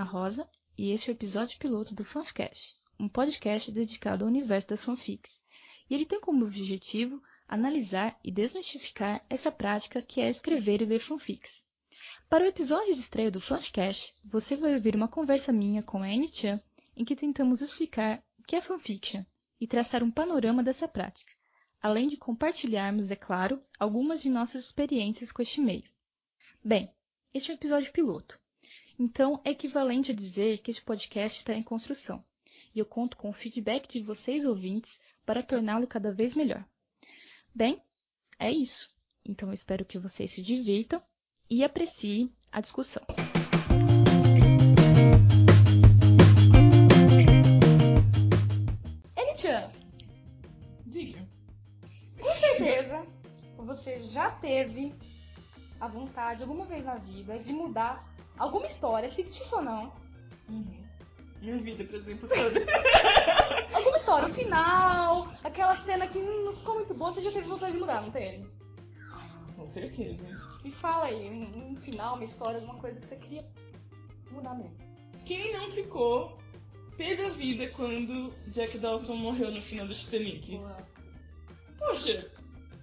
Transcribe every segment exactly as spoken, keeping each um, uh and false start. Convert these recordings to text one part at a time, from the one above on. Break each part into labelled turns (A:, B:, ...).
A: Rosa e este é o episódio piloto do Fanficast, um podcast dedicado ao universo das fanfics. E ele tem como objetivo analisar e desmistificar essa prática que é escrever e ler fanfics. Para o episódio de estreia do Fanficast, você vai ouvir uma conversa minha com a Annie-chan, em que tentamos explicar o que é fanfiction e traçar um panorama dessa prática, além de compartilharmos, é claro, algumas de nossas experiências com este meio. Bem, este é um episódio piloto, então é equivalente a dizer que este podcast está em construção, e eu conto com o feedback de vocês ouvintes para torná-lo cada vez melhor. Bem, é isso. Então eu espero que vocês se divirtam e apreciem a discussão. Annie-chan,
B: Diga.
A: com certeza você já teve a vontade alguma vez na vida de mudar alguma história, fictícia ou não.
B: Uhum. Minha vida, por exemplo, toda.
A: Alguma história, o final, aquela cena que não ficou muito boa, você já teve vontade de mudar, não teve?
B: Com certeza.
A: Me fala aí, um, um final, uma história, alguma coisa que você queria mudar mesmo.
B: Quem não ficou pé da vida quando Jack Dawson morreu no final do Titanic?
A: Porra.
B: Poxa,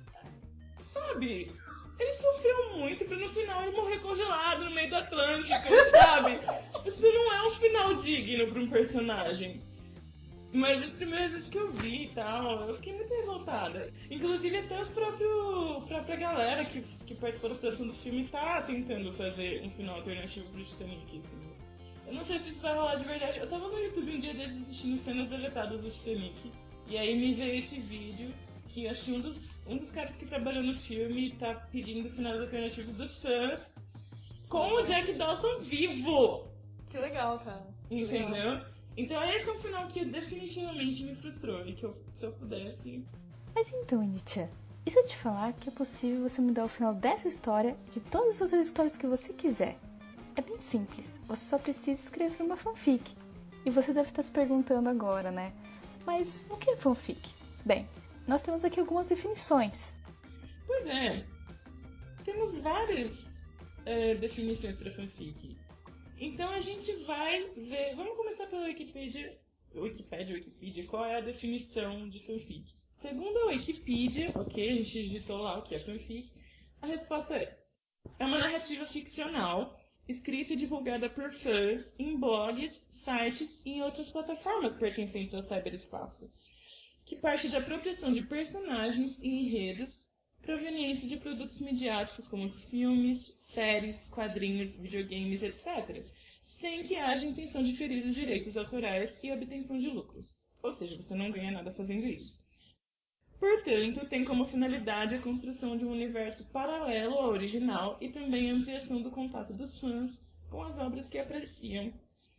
B: sabe? Ele sofreu muito pra no final ele morrer congelado no meio do Atlântico, sabe? Tipo, isso não é um final digno pra um personagem. Mas as primeiras vezes que eu vi e tal, eu fiquei muito revoltada. Inclusive até os próprios própria galera que, que participou da produção do filme tá tentando fazer um final alternativo pro Titanic, assim. Eu não sei se isso vai rolar de verdade. Eu tava no YouTube um dia desses assistindo cenas deletadas do Titanic. E aí me veio esse vídeo que acho que um dos, um dos caras que trabalhou no filme tá pedindo finais alternativos dos fãs com o Jack Dawson vivo!
A: Que legal, cara.
B: Entendeu?
A: Legal.
B: Então esse é um final que definitivamente me frustrou e que eu, se eu pudesse...
A: Mas então, Annie-chan, e se eu te falar que é possível você mudar o final dessa história de todas as outras histórias que você quiser? É bem simples, você só precisa escrever uma fanfic. E você deve estar se perguntando agora, né? Mas o que é fanfic? Bem, nós temos aqui algumas definições.
B: Pois é, temos várias é, definições para fanfic. Então a gente vai ver, vamos começar pela Wikipedia, Wikipedia, Wikipedia, qual é a definição de fanfic? Segundo a Wikipedia, ok, a gente digitou lá o que é fanfic, a resposta é: é uma narrativa ficcional, escrita e divulgada por fãs em blogs, sites e em outras plataformas pertencentes ao cyberespaço, que parte da apropriação de personagens e enredos provenientes de produtos midiáticos como filmes, séries, quadrinhos, videogames, etcétera, sem que haja intenção de ferir os direitos autorais e obtenção de lucros. Ou seja, você não ganha nada fazendo isso. Portanto, tem como finalidade a construção de um universo paralelo ao original e também a ampliação do contato dos fãs com as obras que apreciam.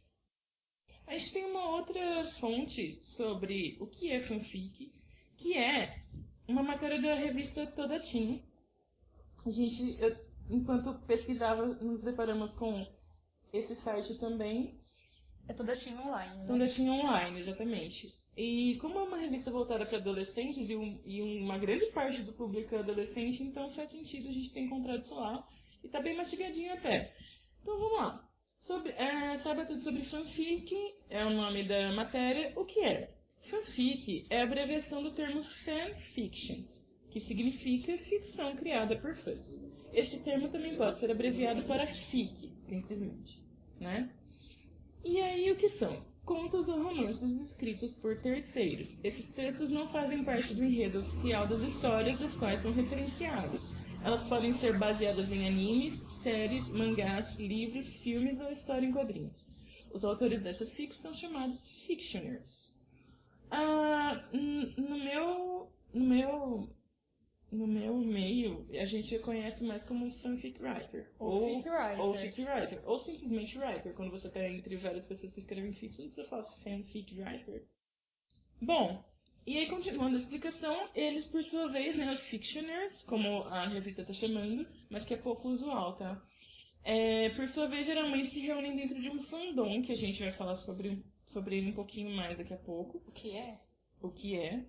B: A gente tem uma outra fonte sobre o que é fanfic, que é uma matéria da revista Toda Teen. A gente, eu, enquanto pesquisava, nos deparamos com esse site também.
A: É Toda Teen Online, né?
B: Toda Teen Online, exatamente. E como é uma revista voltada para adolescentes e, um, e uma grande parte do público é adolescente, então faz sentido a gente ter encontrado isso lá. E tá bem mastigadinho até. Então vamos lá. Sobre, é, saiba tudo sobre fanfic, é o nome da matéria. O que é? Fanfic é a abreviação do termo fanfiction, que significa ficção criada por fãs. Esse termo também pode ser abreviado para fic, simplesmente, né? E aí o que são? Contos ou romances escritos por terceiros. Esses textos não fazem parte do enredo oficial das histórias das quais são referenciadas. Elas podem ser baseadas em animes, séries, mangás, livros, filmes ou história em quadrinhos. Os autores dessas fics são chamados fictioners. Ah, no meu, no meu, no meu meio, a gente conhece mais como fanfic writer.
A: Ou fic writer.
B: Ou fic writer. Ou simplesmente writer. Quando você está entre várias pessoas que escrevem fic, você não precisa falar fanfic writer. Bom, e aí continuando a explicação, eles por sua vez, né, os fictioners, como a revista está chamando, mas que é pouco usual, tá? É, por sua vez, geralmente se reúnem dentro de um fandom, que a gente vai falar sobre, sobre ele um pouquinho mais daqui a pouco.
A: O que é?
B: O que é?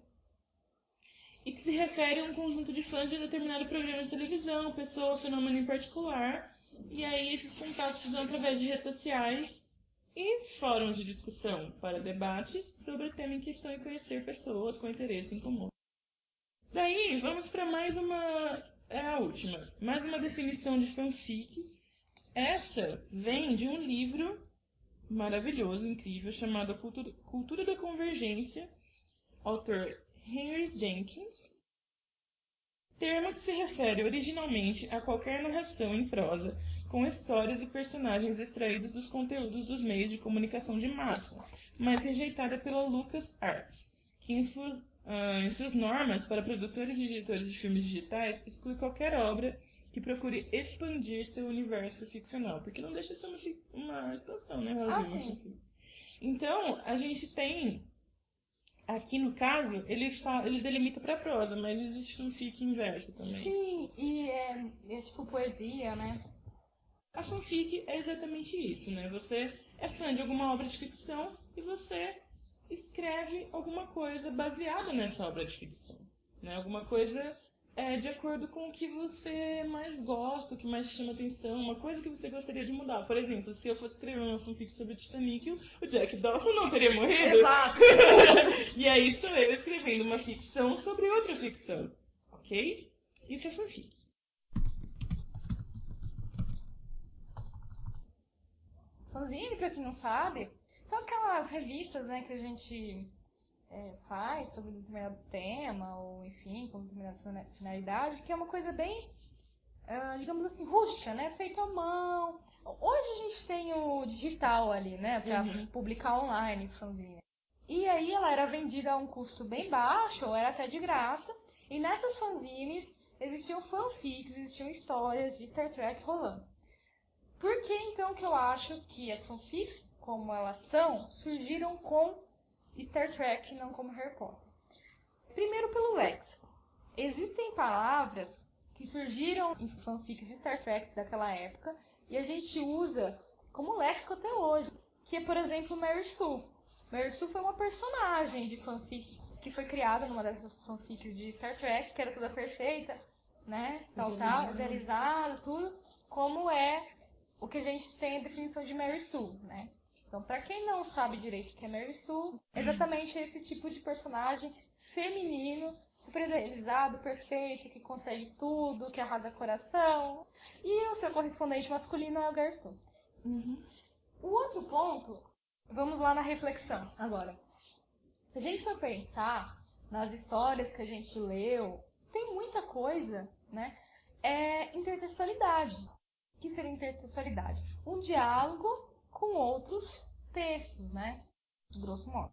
B: E que se refere a um conjunto de fãs de um determinado programa de televisão, pessoa ou fenômeno em particular. E aí esses contatos se dão através de redes sociais e fóruns de discussão para debate sobre o tema em questão e conhecer pessoas com interesse em comum. Daí, vamos para mais uma, é a última, mais uma definição de fanfic. Essa vem de um livro maravilhoso, incrível, chamado Cultura, Cultura da Convergência, autor Henry Jenkins. Termo que se refere originalmente a qualquer narração em prosa com histórias e personagens extraídos dos conteúdos dos meios de comunicação de massa, mas rejeitada pela LucasArts, que em suas, uh, em suas normas para produtores e diretores de filmes digitais exclui qualquer obra que procure expandir seu universo ficcional, porque não deixa de ser uma, uma situação, né, Rosinha?
A: Ah, sim.
B: Então, a gente tem, aqui no caso, ele, fala, ele delimita para prosa, mas existe fanfic inverso também.
A: Sim, e é, é tipo poesia, né?
B: A fanfic é exatamente isso, né? Você é fã de alguma obra de ficção e você escreve alguma coisa baseada nessa obra de ficção, né? Alguma coisa é, de acordo com o que você mais gosta, o que mais te chama atenção, uma coisa que você gostaria de mudar. Por exemplo, se eu fosse escrever uma fanfic sobre o Titanic, o Jack Dawson não teria morrido.
A: Exato!
B: E aí sou eu escrevendo uma ficção sobre outra ficção, ok? Isso é fanfic.
A: Fanzine, pra quem não sabe, são aquelas revistas, né, que a gente é, faz sobre um determinado tema, ou enfim, com determinada finalidade, que é uma coisa bem, uh, digamos assim, rústica, né, feita à mão. Hoje a gente tem o digital ali, né, pra
B: Uhum.
A: publicar online, fanzine. E aí ela era vendida a um custo bem baixo, ou era até de graça, e nessas fanzines existiam fanfics, existiam histórias de Star Trek rolando. Por que então que eu acho que as fanfics, como elas são, surgiram com Star Trek, não como Harry Potter? Primeiro pelo léxico. Existem palavras que surgiram em fanfics de Star Trek daquela época e a gente usa como léxico até hoje, que é, por exemplo, Mary Sue. Mary Sue foi uma personagem de fanfic que foi criada numa dessas fanfics de Star Trek, que era toda perfeita, né, tal, tal, idealizada, tudo, como é o que a gente tem a definição de Mary Sue, né? Então, para quem não sabe direito o que é Mary Sue, é exatamente esse tipo de personagem feminino, super idealizado, perfeito, que consegue tudo, que arrasa coração. E o seu correspondente masculino é o Garston.
B: Uhum.
A: O outro ponto, vamos lá na reflexão agora. Se a gente for pensar nas histórias que a gente leu, tem muita coisa, né? É intertextualidade. O que seria intertextualidade? Um diálogo com outros textos, né? Grosso modo.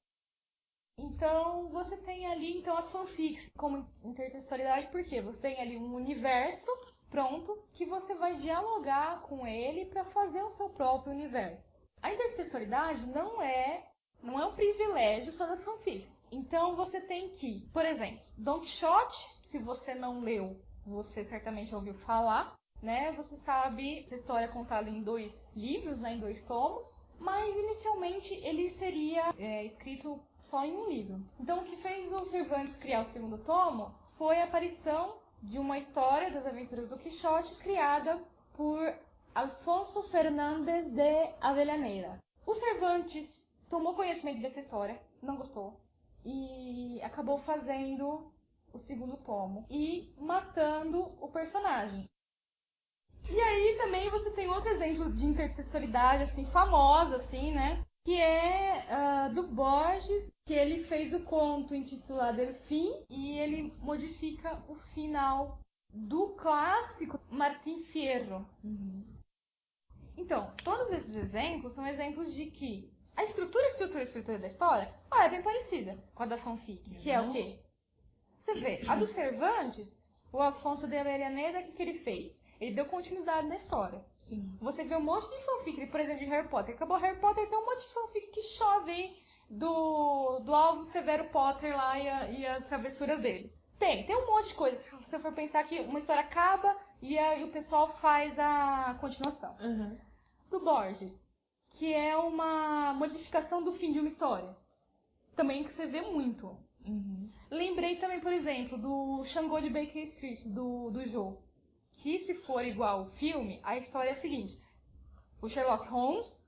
A: Então, você tem ali então as fanfics como intertextualidade, porque você tem ali um universo pronto que você vai dialogar com ele para fazer o seu próprio universo. A intertextualidade não é não é um privilégio só das fanfics. Então, você tem que, por exemplo, Don Quixote, se você não leu, você certamente ouviu falar, né? Você sabe a história contada em dois livros, né? Em dois tomos, mas inicialmente ele seria é, escrito só em um livro. Então, o que fez o Cervantes criar o segundo tomo foi a aparição de uma história das aventuras do Quixote criada por Alfonso Fernández de Avellaneda. O Cervantes tomou conhecimento dessa história, não gostou, e acabou fazendo o segundo tomo e matando o personagem. E aí também você tem outro exemplo de intertextualidade assim famosa, assim, né? Que é uh, do Borges, que ele fez o conto intitulado Delfim e ele modifica o final do clássico Martim Fierro.
B: Uhum.
A: Então, todos esses exemplos são exemplos de que a estrutura, estrutura, estrutura da história ah, é bem parecida com a da fanfic, que é o quê? Você vê, a do Cervantes, o Alfonso de Avellaneda, o que, que ele fez? Ele deu continuidade na história.
B: Sim.
A: Você vê um monte de fanfic, por exemplo, de Harry Potter. Acabou Harry Potter, tem um monte de fanfic que chove aí do, do Alvo Severo Potter lá e, a, e as travessuras dele. Tem, tem um monte de coisa. Se você for pensar que uma história acaba e, a, e o pessoal faz a continuação.
B: Uhum.
A: Do Borges, que é uma modificação do fim de uma história. Também que você vê muito.
B: Uhum.
A: Lembrei também, por exemplo, do Xangô de Baker Street, do, do Joe. Que se for igual ao filme, a história é a seguinte. O Sherlock Holmes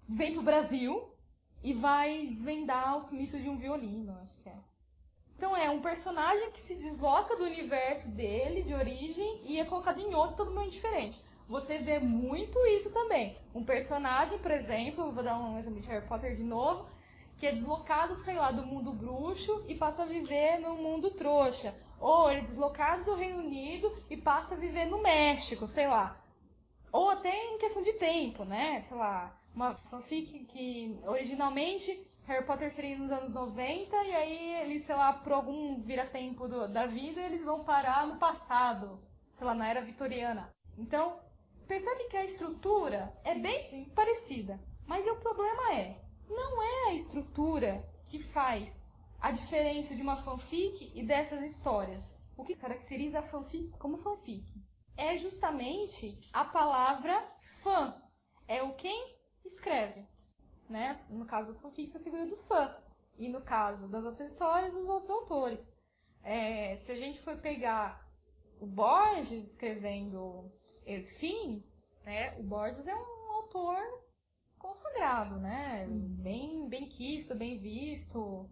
A: vem pro Brasil e vai desvendar o sumiço de um violino, acho que é. Então é um personagem que se desloca do universo dele, de origem, e é colocado em outro totalmente diferente. Você vê muito isso também. Um personagem, por exemplo, vou dar um exemplo de Harry Potter de novo, que é deslocado, sei lá, do mundo bruxo e passa a viver no mundo trouxa. Ou ele é deslocado do Reino Unido e passa a viver no México, sei lá. Ou até em questão de tempo, né? Sei lá, uma fanfic que originalmente Harry Potter seria nos anos noventa e aí eles, sei lá, por algum vira-tempo do- da vida, eles vão parar no passado, sei lá, na era vitoriana. Então, percebe que a estrutura é bem
B: Sim.
A: parecida. Mas o problema é, não é a estrutura que faz a diferença de uma fanfic e dessas histórias. O que caracteriza a fanfic como fanfic é justamente a palavra fã. É o quem escreve, né? No caso das fanfics, a figura do fã. E no caso das outras histórias, os outros autores. É, se a gente for pegar o Borges escrevendo Elfim, né? O Borges é um autor consagrado, né? Bem, bem quisto, bem visto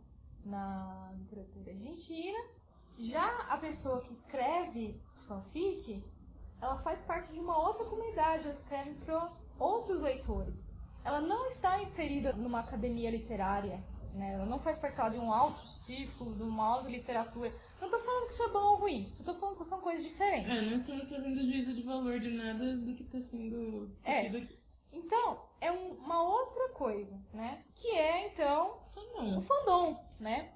A: na literatura argentina. Já a pessoa que escreve fanfic, ela faz parte de uma outra comunidade, ela escreve para outros leitores. Ela não está inserida numa academia literária, né? Ela não faz parte lá, de um alto círculo, de uma alta literatura. Não estou falando que isso é bom ou ruim, só estou falando que são coisas diferentes.
B: É, não estamos fazendo juízo de valor de nada do que está sendo discutido
A: É.
B: aqui.
A: Então, é um, uma outra coisa, né? Que é, então,
B: Fandom.
A: o fandom, né?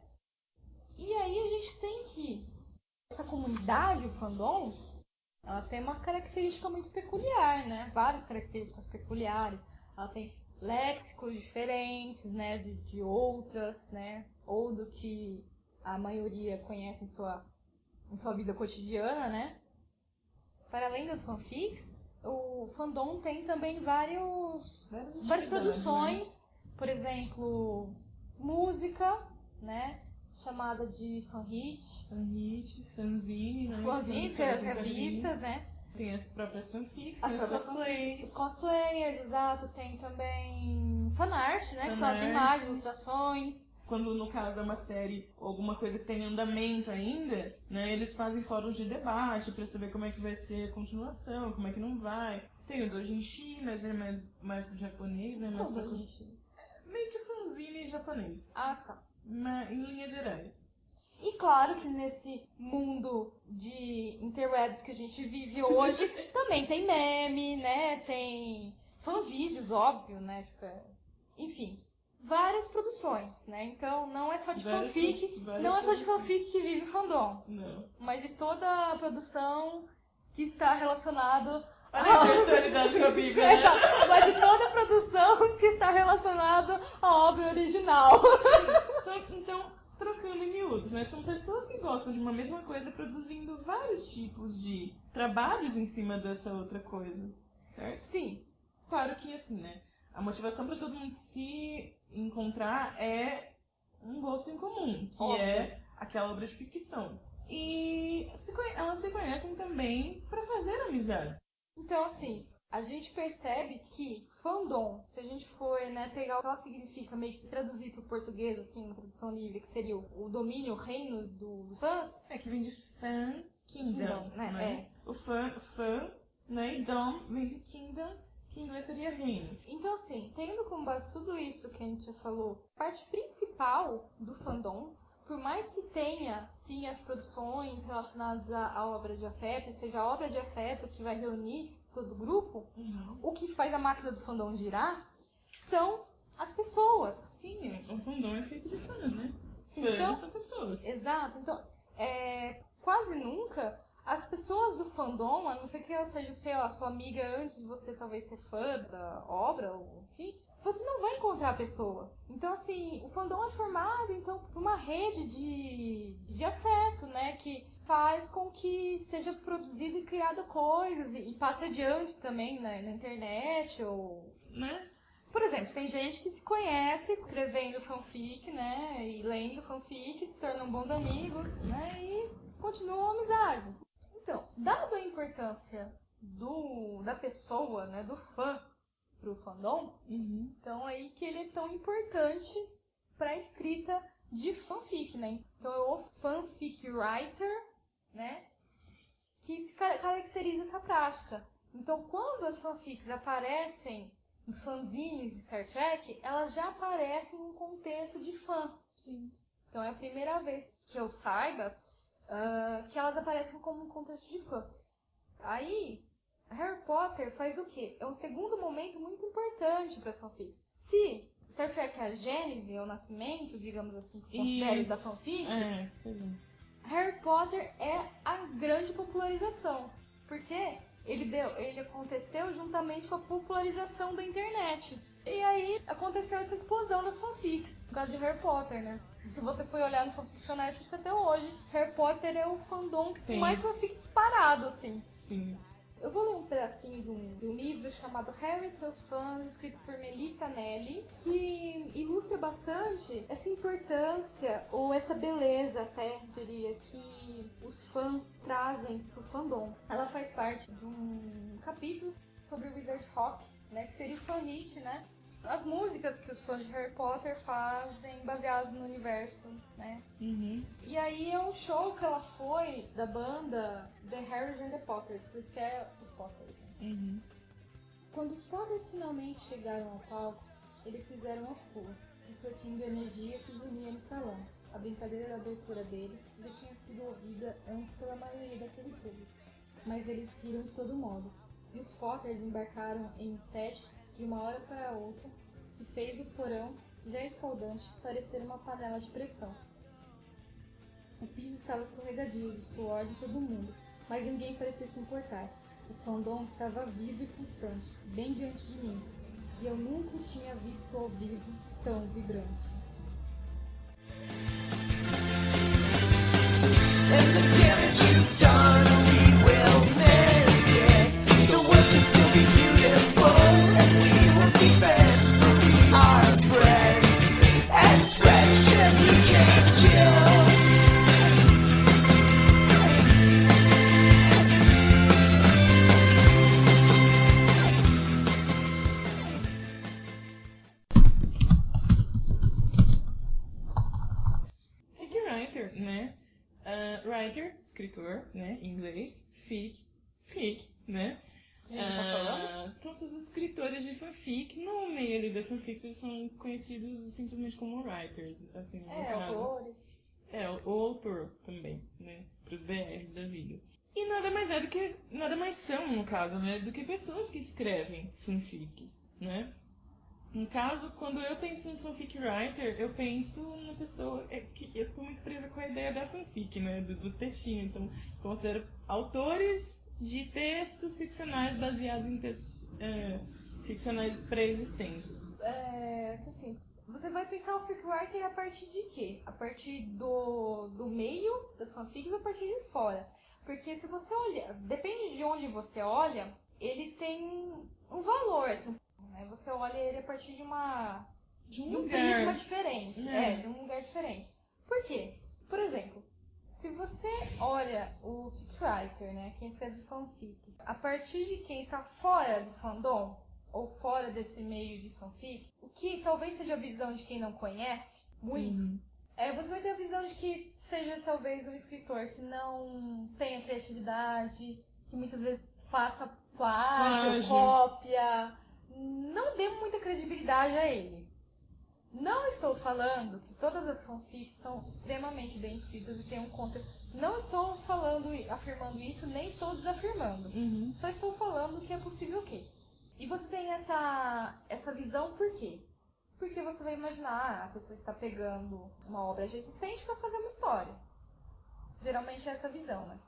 A: E aí a gente tem que... Essa comunidade, o fandom, ela tem uma característica muito peculiar, né? Várias características peculiares. Ela tem léxicos diferentes, né? De, de outras, né? Ou do que a maioria conhece em sua, em sua vida cotidiana, né? Para além das fanfics, o fandom tem também vários,
B: Várias
A: várias
B: atividades,
A: produções, por exemplo, música, né? Chamada de fanhit,
B: Fanhit, fanzine, né?
A: fanzine,
B: que são
A: as
B: histórias em
A: revistas,
B: quadrinhos.
A: né?
B: Tem as próprias fanfics,
A: As
B: tem os
A: próprias
B: cosplays.
A: Os cosplayers, exato. Tem também fanart, né? Que são as
B: Fanart.
A: imagens, ilustrações.
B: Quando, no caso, é uma série ou alguma coisa que tem andamento ainda, né? Eles fazem fóruns de debate pra saber como é que vai ser a continuação, como é que não vai. Tem o doujinshi, mas é mais, mais pro japonês, né? Mais
A: Qual
B: pra...
A: doujinshi?
B: Meio que fanzine japonês.
A: Ah, tá.
B: Na, em linhas gerais.
A: E claro que nesse mundo de interwebs que a gente vive hoje, também tem meme, né? Tem fanvídeos, óbvio, né? Tipo, é- enfim, várias produções, né? Então não é só de
B: Várias
A: fanfic,
B: fan- várias
A: não é só de
B: produções.
A: fanfic que vive fandom,
B: Não.
A: mas de toda a produção que está relacionada
B: Olha a virtualidade com a Bíblia, né?
A: Exato, mas de toda a produção que está relacionada à obra original.
B: São, então, trocando em miúdos, né? São pessoas que gostam de uma mesma coisa produzindo vários tipos de trabalhos em cima dessa outra coisa, certo?
A: Sim.
B: Claro que, assim, né? A motivação para todo mundo se encontrar é um gosto em comum, que
A: Óbvio.
B: é aquela obra de ficção. E se conhe- elas se conhecem também para fazer amizade.
A: Então, assim, a gente percebe que fandom, se a gente for, né, pegar o que ela significa, meio que traduzir para o português, assim, uma tradução livre, que seria o, o domínio, o reino do- dos fãs.
B: É que vem de fan kingdom,
A: Kingdom, né?
B: né? O fã, fã, né? E dom vem de kingdom, que em inglês seria reino.
A: Então, assim, tendo como base tudo isso que a gente já falou, a parte principal do fandom, por mais que tenha, sim, as produções relacionadas à, à obra de afeto, e seja a obra de afeto que vai reunir todo o grupo,
B: Uhum.
A: o que faz a máquina do fandom girar são as pessoas.
B: Sim, o fandom é feito de fãs, né?
A: Sim,
B: Fãs
A: então,
B: são pessoas.
A: exato. Então, é, quase nunca as pessoas do fandom, a não ser que ela seja, sei lá, sua amiga antes de você talvez ser fã da obra, ou enfim, você não vai encontrar a pessoa. Então, assim, o fandom é formado, então, por uma rede de, de afeto, né, que faz com que seja produzido e criado coisas e, e passe adiante também, né, na internet, ou...
B: Né?
A: Por exemplo, tem gente que se conhece escrevendo fanfic, né, e lendo fanfic, se tornam bons amigos, né, e continuam a amizade. Então, dado a importância do, da pessoa, né, do fã pro fandom.
B: Uhum.
A: Então aí que ele é tão importante pra escrita de fanfic, né? Então é o fanfic writer, né? Que se caracteriza essa prática. Então quando as fanfics aparecem nos fanzines de Star Trek, elas já aparecem em um contexto de fã.
B: Sim.
A: Então é a primeira vez que eu saiba uh, que elas aparecem como um contexto de fã. Aí, Harry Potter faz o quê? É um segundo momento muito importante para as fanfics. Se Star Trek é a gênese, é o nascimento, digamos assim, que considero
B: Isso.
A: da fanfic,
B: É, pois é.
A: Harry Potter é a grande popularização. Porque ele, deu, ele aconteceu juntamente com a popularização da internet. E aí aconteceu essa explosão das fanfics, por causa de Harry Potter, né? Se você for olhar no Fanfictionary, acho que até hoje, Harry Potter é o fandom que tem mais fanfic disparado, assim.
B: Sim.
A: Eu vou ler um pedacinho de um, de um livro chamado Harry e seus fãs, escrito por Melissa Anelli, que ilustra bastante essa importância, ou essa beleza até, diria, que os fãs trazem pro fandom. Ela faz parte de um capítulo sobre o Wizard Rock, né, que seria o fan hit, né? As músicas que os fãs de Harry Potter fazem baseadas no universo, né?
B: Uhum.
A: E aí é um show que ela foi da banda The Harrys and the Potters, por isso que é os Potters. Né?
B: Uhum.
A: Quando os Potters finalmente chegaram ao palco, eles fizeram as pulas, refletindo a energia que os unia no salão. A brincadeira da abertura deles já tinha sido ouvida antes pela maioria daquele público, mas eles riram de todo modo. E os Potters embarcaram em um set de uma hora para a outra, que fez o porão, já escaldante, parecer uma panela de pressão. O piso estava escorregadio de suor de todo mundo, mas ninguém parecia se importar. O fandom estava vivo e pulsante, bem diante de mim, e eu nunca o tinha visto ao vivo tão vibrante.
C: And the damage you've done, we will mend it. The world can still be beautiful, and we will defend. For we are friends, and friendship you can't kill.
B: Fic writer, né? Uh, writer, escritor, né? Em inglês. Fic, fic, né?
A: A gente tá falando?
B: Uh, então, são os escritores de fanfic. No meio ali das fanfics, eles são conhecidos simplesmente como writers, assim, no
A: É,
B: caso.
A: autores.
B: É, o, o autor também, né? Pros B Rs da vida. E nada mais é do que, nada mais são, no caso, né? Do que pessoas que escrevem fanfics, né? No caso, quando eu penso em fanfic writer, eu penso numa pessoa é que eu tô muito presa com a ideia da fanfic, né? Do, do textinho. Então, eu considero autores de textos ficcionais baseados em textos é, ficcionais pré-existentes.
A: É, assim, você vai pensar o fic writer a partir de quê? A partir do, do meio das fanfics ou a partir de fora? Porque se você olha, depende de onde você olha, ele tem um valor, assim, né? Você olha ele a partir de uma
B: De um
A: de um
B: lugar.
A: prisma diferente,
B: É.
A: é, de um lugar diferente. Por quê? Por exemplo, se você olha o fic writer, né, quem escreve fanfic, a partir de quem está fora do fandom ou fora desse meio de fanfic, o que talvez seja a visão de quem não conhece muito,
B: Uhum.
A: é, você vai ter a visão de que seja talvez um escritor que não tenha criatividade, que muitas vezes faça plágio,
B: Plágio.
A: cópia, não dê muita credibilidade a ele. Não estou falando que todas as fanfics são extremamente bem escritas e têm um conteúdo. Não estou falando, afirmando isso, nem estou desafirmando.
B: Uhum.
A: Só estou falando que é possível o quê? E você tem essa, essa visão por quê? Porque você vai imaginar, ah, a pessoa está pegando uma obra já existente para fazer uma história. Geralmente é essa visão, né?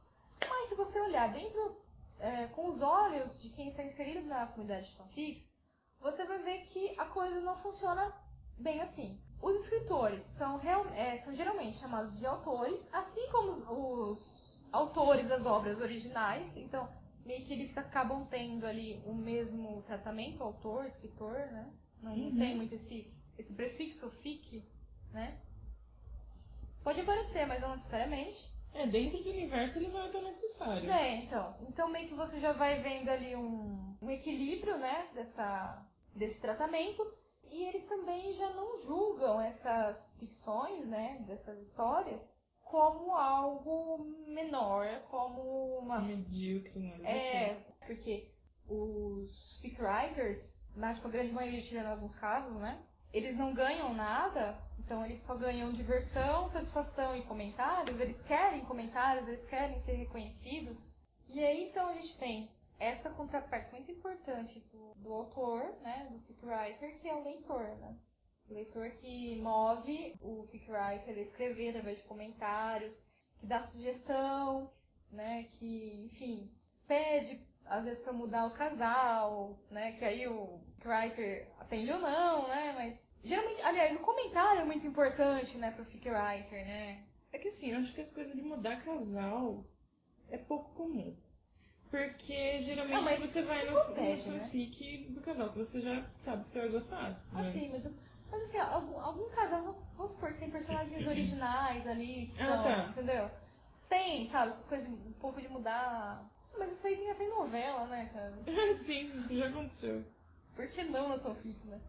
A: Mas se você olhar dentro, é, com os olhos de quem está inserido na comunidade de fanfics, você vai ver que a coisa não funciona bem assim. Os escritores são, real, é, são geralmente chamados de autores, assim como os, os autores das obras originais. Então, meio que eles acabam tendo ali o mesmo tratamento, autor, escritor, né? Não, não
B: Uhum.
A: tem muito esse, esse prefixo fic, né? Pode aparecer, mas não necessariamente.
B: É, dentro do universo ele vai estar necessário.
A: É, então. Então meio que você já vai vendo ali um, um equilíbrio, né, dessa, desse tratamento. E eles também já não julgam essas ficções, né, dessas histórias, como algo menor, como uma...
B: Medíocre, né?
A: É, porque os fic writers, na sua grande maioria, tirando alguns casos, né, eles não ganham nada, então eles só ganham diversão, satisfação e comentários, eles querem comentários, eles querem ser reconhecidos. E aí então a gente tem essa contraparte muito importante do, do autor, né, do fic writer, que é o leitor, né? O leitor que move o fic writer a escrever através de comentários, que dá sugestão, né, que, enfim, pede às vezes para mudar o casal, né, que aí o fic writer atende ou não, né, mas geralmente, aliás, o comentário é muito importante, né, pro fic writer, né.
B: É que assim, eu acho que as coisas de mudar casal é pouco comum. Porque geralmente
A: Não, mas
B: você vai no,
A: acontece,
B: no
A: né?
B: fanfic do casal, que você já sabe que você vai gostar. Né?
A: Assim, mas, mas assim, algum, algum casal, vamos, vamos supor que tem personagens originais ali, que
B: Ah,
A: são,
B: tá.
A: entendeu? Tem, sabe, essas coisas, de- um pouco de mudar. Mas isso aí tem até em novela, né, cara?
B: Sim, já aconteceu.
A: Por que não nas fanfics, né?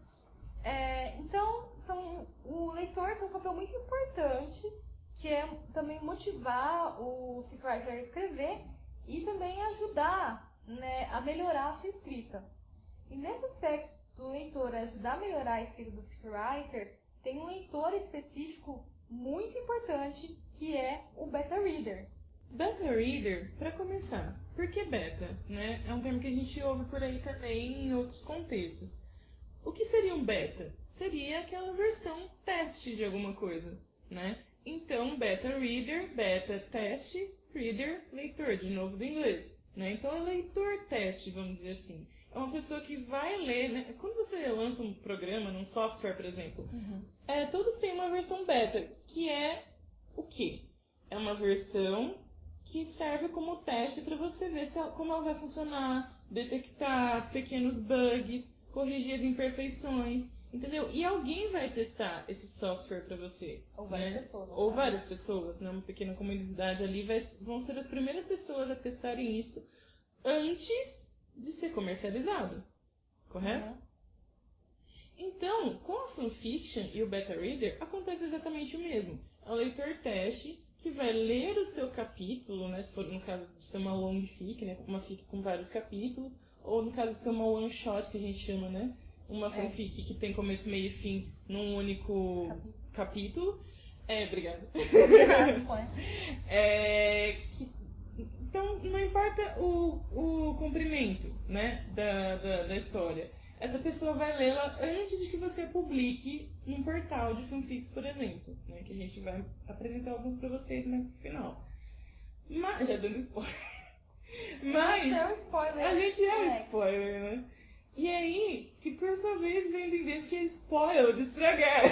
A: É, então, são, o leitor tem um papel muito importante, que é também motivar o fic writer a escrever e também ajudar, né, a melhorar a sua escrita. E nesse aspecto do leitor ajudar a melhorar a escrita do fic writer, tem um leitor específico muito importante, que é o beta reader.
B: Beta reader, para começar, por que beta? Né? É um termo que a gente ouve por aí também em outros contextos. O que seria um beta? Seria aquela versão teste de alguma coisa, né? Então, beta reader, beta teste, reader, leitor, de novo do inglês. Né? Então, é leitor teste, vamos dizer assim. É uma pessoa que vai ler, né? Quando você lança um programa, num software, por exemplo,
A: Uhum.
B: é, todos têm uma versão beta, que é o quê? É uma versão que serve como teste para você ver se ela, como ela vai funcionar, detectar pequenos bugs, corrigir as imperfeições, entendeu? E alguém vai testar esse software para você.
A: Ou várias
B: né?
A: pessoas.
B: Ou
A: né?
B: várias pessoas, né? Uma pequena comunidade ali vai, vão ser as primeiras pessoas a testarem isso antes de ser comercializado. Correto?
A: Uhum.
B: Então, com a fanfiction e o beta reader, acontece exatamente o mesmo. É o leitor teste que vai ler o seu capítulo, né, se for no caso de ser uma long fic, né, uma fic com vários capítulos, ou no caso de ser uma one shot, que a gente chama, né, uma fanfic é. que tem começo, meio e fim num único capítulo. capítulo. É, obrigada. é, que, então, não importa o, o comprimento, né, da, da, da história. Essa pessoa vai lê-la antes de que você publique num portal de fanfics, por exemplo, né? Que a gente vai apresentar alguns pra vocês mais no final. Mas, já dando spoiler. Mas,
A: a gente é o spoiler.
B: A gente é o
A: Alex.
B: spoiler, né? E aí, que por sua vez vem do inglês que é spoil, de estragar.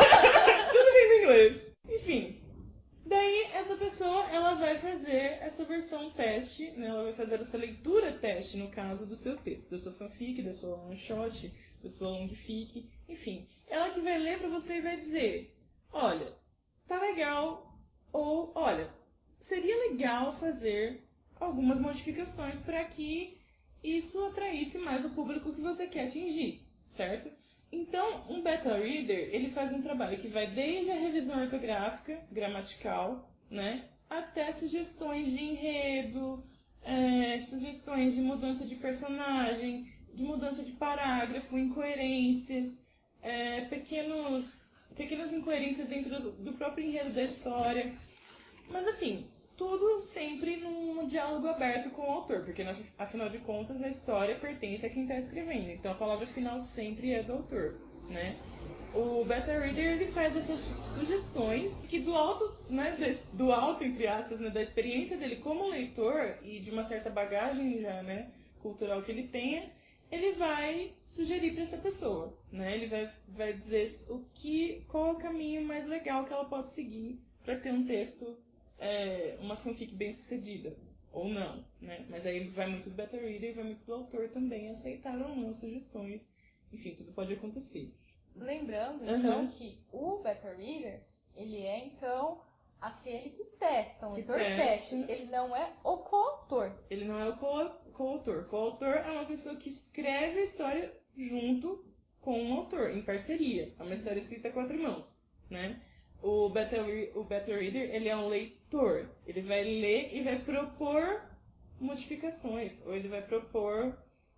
B: Tudo vem do inglês. Enfim. Daí, essa pessoa, ela vai fazer essa versão teste, né? Ela vai fazer essa leitura teste, no caso, do seu texto, da sua fanfic, da sua one shot, da sua long fic, enfim. Ela que vai ler pra você e vai dizer, olha, tá legal, ou, olha, seria legal fazer algumas modificações para que isso atraísse mais o público que você quer atingir, certo? Então, um beta reader, ele faz um trabalho que vai desde a revisão ortográfica, gramatical, né, até sugestões de enredo, é, sugestões de mudança de personagem, de mudança de parágrafo, incoerências, é, pequenos, pequenas incoerências dentro do, do próprio enredo da história. Mas assim, tudo sempre num diálogo aberto com o autor, porque afinal de contas a história pertence a quem está escrevendo, então a palavra final sempre é do autor, né? O beta reader ele faz essas sugestões que do alto, né, do alto entre aspas, né, da experiência dele como leitor e de uma certa bagagem já, né, cultural que ele tenha, ele vai sugerir para essa pessoa, né? Ele vai, vai dizer o que, qual é o caminho mais legal que ela pode seguir para ter um texto É, uma fanfic bem sucedida, ou não, né? Mas aí vai muito do beta reader e vai muito do autor também aceitar ou não sugestões. Enfim, tudo pode acontecer.
A: Lembrando, então, uhum. que o beta reader, ele é, então, aquele que testa, um
B: Que
A: autor
B: testa.
A: teste. Ele não é o coautor.
B: Ele não é o co- coautor. Coautor é uma pessoa que escreve a história junto com um autor, em parceria. É uma história escrita a quatro mãos, né? O beta, re- o beta reader, ele é um leitor. Ele vai ler e vai propor modificações. Ou ele vai propor...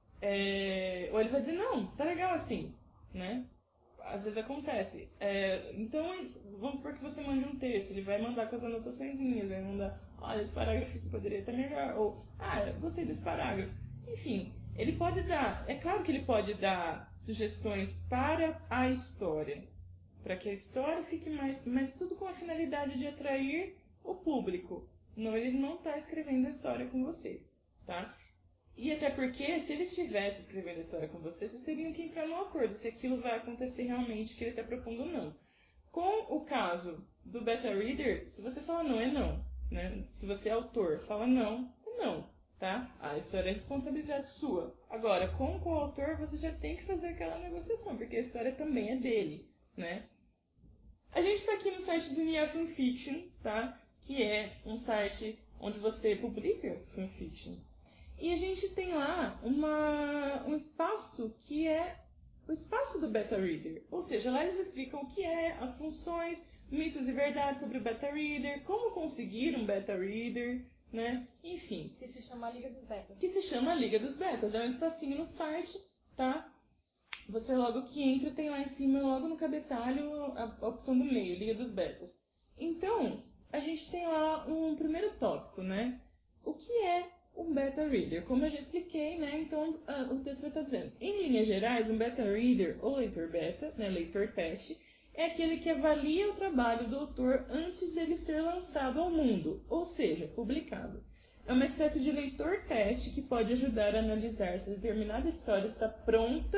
B: é, ou ele vai dizer, não, tá legal assim, né? Às vezes acontece. É, então, vamos supor que você mande um texto, ele vai mandar com as anotaçõezinhas, vai mandar, olha, esse parágrafo aqui poderia estar melhor, ou, ah, eu gostei desse parágrafo. Enfim, ele pode dar, é claro que ele pode dar sugestões para a história, para que a história fique mais, mas tudo com a finalidade de atrair o público. Não, ele não está escrevendo a história com você, tá? E até porque, se ele estivesse escrevendo a história com você, vocês teriam que entrar num acordo se aquilo vai acontecer realmente que ele está propondo ou não. Com o caso do beta reader, se você fala não, é não. Né? Se você é autor, fala não, é não. Tá? A história é responsabilidade sua. Agora, com o coautor, você já tem que fazer aquela negociação, porque a história também é dele. Né? A gente está aqui no site do Nia Fanfiction, tá? Que é um site onde você publica fanfictions. E a gente tem lá uma, um espaço que é o espaço do Beta Reader. Ou seja, lá eles explicam o que é, as funções, mitos e verdades sobre o Beta Reader, como conseguir um Beta Reader, né? Enfim.
A: Que se chama Liga dos Betas.
B: Que se chama Liga dos Betas. É um espacinho no site, tá? Você logo que entra tem lá em cima, logo no cabeçalho, a, a opção do meio, Liga dos Betas. Então, a gente tem lá um primeiro tópico, né? O que é um beta reader? Como eu já expliquei, né? Então uh, o texto vai estar dizendo, em linhas gerais, um beta reader ou leitor beta, né, leitor teste, é aquele que avalia o trabalho do autor antes dele ser lançado ao mundo, ou seja, publicado. É uma espécie de leitor teste que pode ajudar a analisar se determinada história está pronta,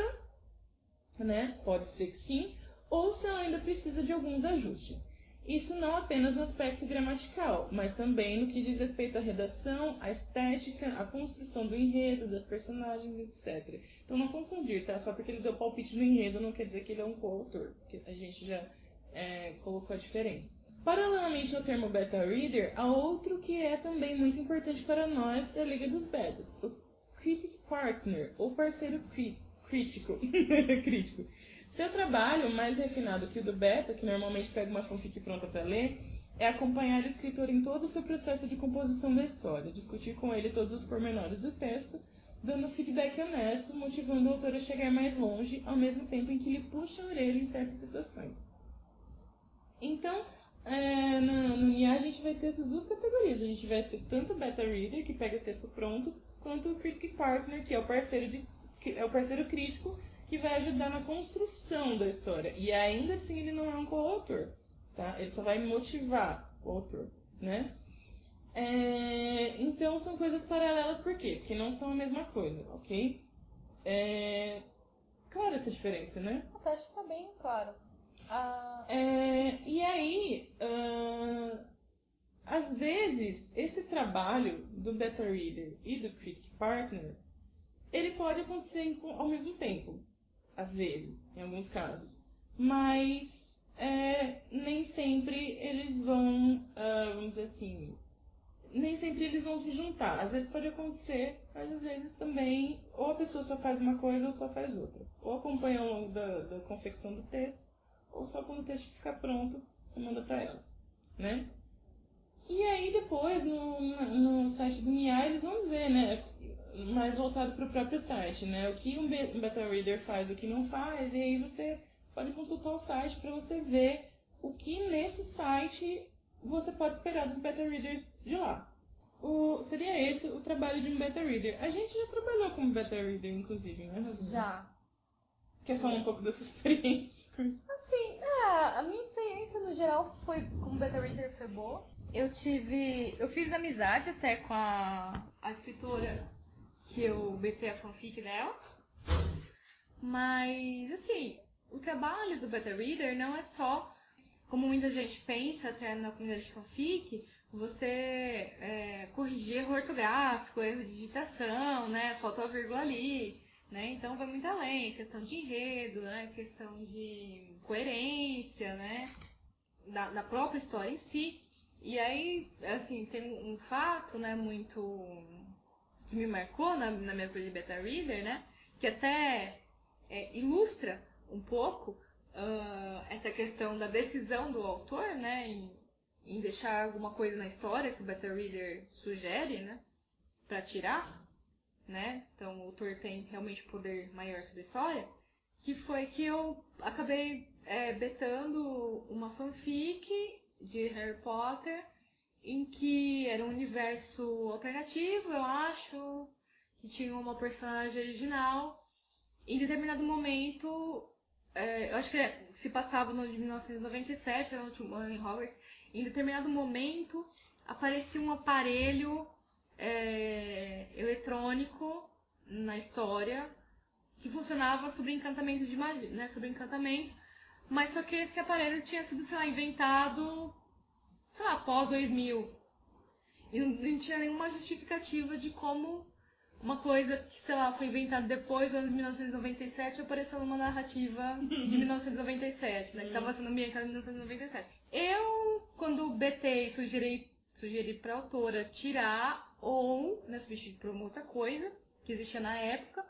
B: né? Pode ser que sim, ou se ela ainda precisa de alguns ajustes. Isso não apenas no aspecto gramatical, mas também no que diz respeito à redação, à estética, à construção do enredo, das personagens, etcétera. Então não confundir, tá? Só porque ele deu palpite no enredo não quer dizer que ele é um coautor, porque a gente já é, colocou a diferença. Paralelamente ao termo beta reader, há outro que é também muito importante para nós da Liga dos Betas, o critic partner, ou parceiro cri- crítico. crítico. Seu trabalho, mais refinado que o do beta, que normalmente pega uma fanfic pronta para ler, é acompanhar o escritor em todo o seu processo de composição da história, discutir com ele todos os pormenores do texto, dando feedback honesto, motivando o autor a chegar mais longe, ao mesmo tempo em que lhe puxa a orelha em certas situações. Então, é, no, no Nia a gente vai ter essas duas categorias. A gente vai ter tanto o beta reader, que pega o texto pronto, quanto o critic partner, que é o parceiro, de, que é o parceiro crítico, que vai ajudar na construção da história. E ainda assim ele não é um coautor, tá? Ele só vai motivar o autor, né? É, então são coisas paralelas, por quê? Porque não são a mesma coisa, ok? É, clara essa diferença, né?
A: Acho que tá bem claro. Ah,
B: É, e aí, uh, às vezes, esse trabalho do beta reader e do critic partner, ele pode acontecer em- ao mesmo tempo. Às vezes, em alguns casos. Mas é, nem sempre eles vão, ah, vamos dizer assim, nem sempre eles vão se juntar. Às vezes pode acontecer, mas às vezes também ou a pessoa só faz uma coisa ou só faz outra. Ou acompanha ao longo da, da confecção do texto, ou só quando o texto ficar pronto, você manda para ela, né? E aí depois, no, no site do Nia, eles vão dizer, né, mais voltado para o próprio site, né, o que um beta reader faz, o que não faz, e aí você pode consultar o site para você ver o que nesse site você pode esperar dos beta readers de lá. O, seria esse o trabalho de um beta reader. A gente já trabalhou como beta reader, inclusive, né, Rosinha?
A: já.
B: Quer falar um pouco da sua experiência?
A: Assim, é, a minha experiência no geral foi como beta reader foi boa. Eu tive. Eu fiz amizade até com a, a escritora que eu betei a fanfic dela. Mas, assim, o trabalho do beta reader não é só, como muita gente pensa até na comunidade de fanfic, você é, corrigir erro ortográfico, erro de digitação, né? Faltou a vírgula ali. Né? Então vai muito além, questão de enredo, né? Questão de coerência, né? Da, da própria história em si. E aí, assim, tem um fato, né, muito... que me marcou na, na minha coisa de beta reader, né? Que até é, ilustra um pouco uh, essa questão da decisão do autor, né? Em, em deixar alguma coisa na história que o beta reader sugere, né? Pra tirar, né? Então o autor tem realmente poder maior sobre a história. Que foi que eu acabei é, betando uma fanfic de Harry Potter, em que era um universo alternativo, eu acho, que tinha uma personagem original. Em determinado momento, é, eu acho que se passava no de mil novecentos e noventa e sete, era o último ano em Hogwarts, em determinado momento aparecia um aparelho é, eletrônico na história que funcionava sobre encantamento de magia, né, sobre encantamento, mas só que esse aparelho tinha sido, sei lá, inventado, sei lá, após dois mil. E não, não tinha nenhuma justificativa de como uma coisa que, sei lá, foi inventada depois do ano de mil novecentos e noventa e sete apareceu numa narrativa de mil novecentos e noventa e sete, né, que estava sendo ambientada em mil novecentos e noventa e sete. Eu, quando betei, sugeri, sugeri para a autora tirar ou, né, substituir por uma outra coisa que existia na época,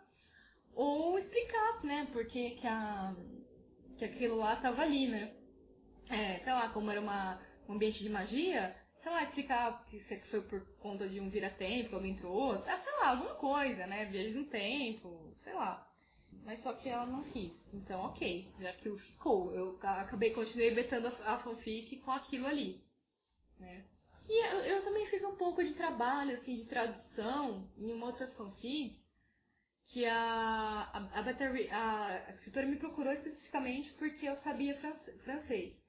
A: ou explicar, né, porque que, a, que aquilo lá estava ali, né. É, sei lá, como era uma, um ambiente de magia, sei lá, explicar que isso foi por conta de um vira-tempo que alguém trouxe, ah, sei lá, alguma coisa, né, viagem no tempo, sei lá. Mas só que ela não quis, então ok, já aquilo ficou. Eu acabei, continuei betando a, a fanfic com aquilo ali, né. E eu, eu também fiz um pouco de trabalho, assim, de tradução em outras fanfics, que a, a, a, Beta, a, a escritora me procurou especificamente porque eu sabia francês.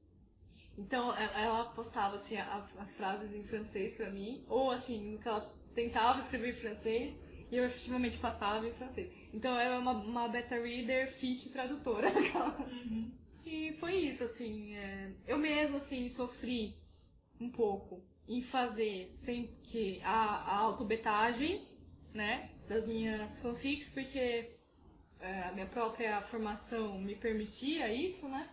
A: Então ela postava assim, as, as frases em francês pra mim, ou assim, no que ela tentava escrever em francês, e eu efetivamente passava em francês. Então era uma, uma beta reader fit tradutora. Uhum. E foi isso, assim, é, eu mesmo assim sofri um pouco em fazer sempre a, a autobetagem, né, das minhas fanfics, porque é, a minha própria formação me permitia isso, né?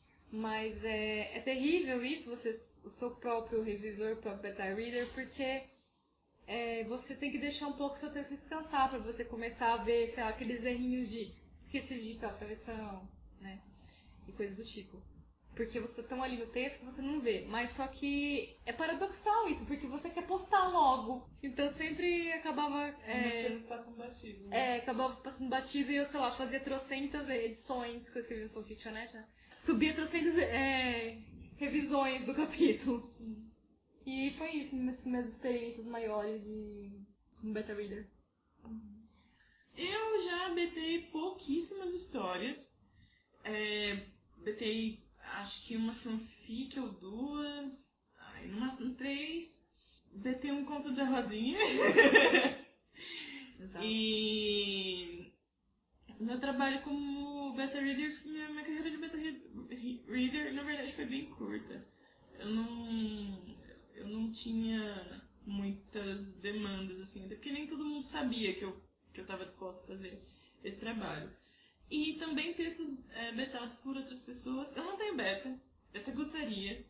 A: Mas é, é terrível isso, você, o seu próprio revisor, o próprio beta reader, porque é, você tem que deixar um pouco o seu texto descansar para você começar a ver, sei lá, aqueles errinhos de esqueci de digitar a travessão, né? E coisas do tipo. Porque você tá tão ali no texto que você não vê. Mas só que é paradoxal isso, porque você quer postar logo. Então sempre acabava... É,
B: As coisas passam batido. Né?
A: É, acabava passando batido e eu, sei lá, fazia trocentas edições que eu escrevi no Fanfictionet, né? Subia trocentas é, revisões do capítulo. Sim. E foi isso, minhas, minhas experiências maiores de um beta reader.
B: Eu já betei pouquíssimas histórias. É, betei, acho que uma fanfic ou duas, ai, no máximo três. Betei um conto da Rosinha.
A: Exato.
B: E meu trabalho como beta reader, minha, minha carreira de beta reader, na verdade, foi bem curta. Eu não, eu não tinha muitas demandas, assim, até porque nem todo mundo sabia que eu que eu estava disposta a fazer esse trabalho. E também textos é, betados por outras pessoas. Eu não tenho beta, eu até gostaria,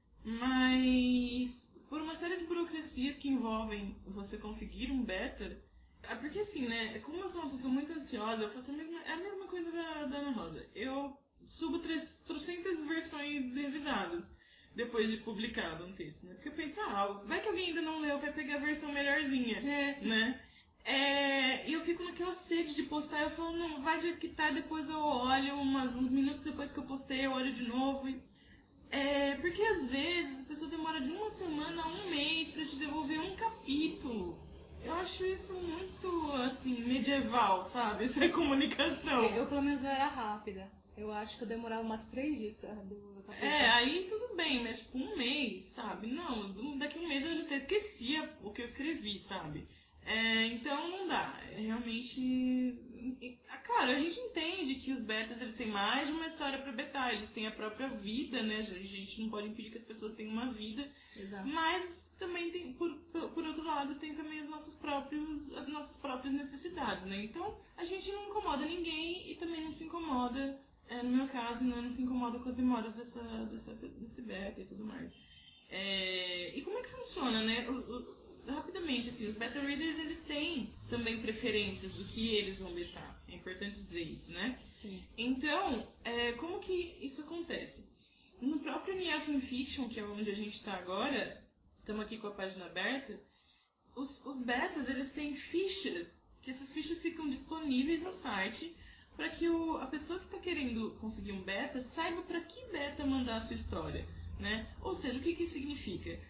B: mas por uma série de burocracias que envolvem você conseguir um beta, é porque assim, né, como eu sou uma pessoa muito ansiosa, eu faço a mesma, é a mesma coisa da, da Ana Rosa. Eu subo trocentas versões revisadas depois de publicado um texto, né? Porque eu penso, ah, vai que alguém ainda não leu, vai pegar a versão melhorzinha,
A: É.
B: né? É, e eu fico naquela sede de postar, eu falo, não, vai do jeito que tá, depois eu olho, umas, uns minutos depois que eu postei, eu olho de novo. E, é, porque às vezes a pessoa demora de uma semana a um mês pra te devolver um capítulo. Eu acho isso muito, assim, medieval, sabe? Essa comunicação.
A: Eu, pelo menos, eu era rápida. Eu acho que eu demorava umas três dias pra devolver o capítulo.
B: É, aí tudo bem, mas tipo um mês, sabe? Não, daqui a um mês eu já até esquecia o que eu escrevi, sabe? É, então não dá, é realmente... Claro, a gente entende que os betas eles têm mais de uma história para betar, eles têm a própria vida, né? A gente não pode impedir que as pessoas tenham uma vida.
A: Exato. Mas
B: também tem, por, por outro lado, tem também os nossos próprios, as nossas próprias necessidades, né? Então a gente não incomoda ninguém e também não se incomoda, é, no meu caso, né, não se incomoda com as demoras dessa, dessa, desse beta e tudo mais. É, e como é que funciona, né? O, o, rapidamente, assim, os beta readers, eles têm também preferências do que eles vão betar. É importante dizer isso, né?
A: Sim.
B: Então, é, como que isso acontece? No próprio N A Fanfiction, que é onde a gente está agora, estamos aqui com a página aberta, os, os betas, eles têm fichas, que essas fichas ficam disponíveis no site para que o, a pessoa que está querendo conseguir um beta saiba para que beta mandar a sua história, né? Ou seja, o que que isso significa?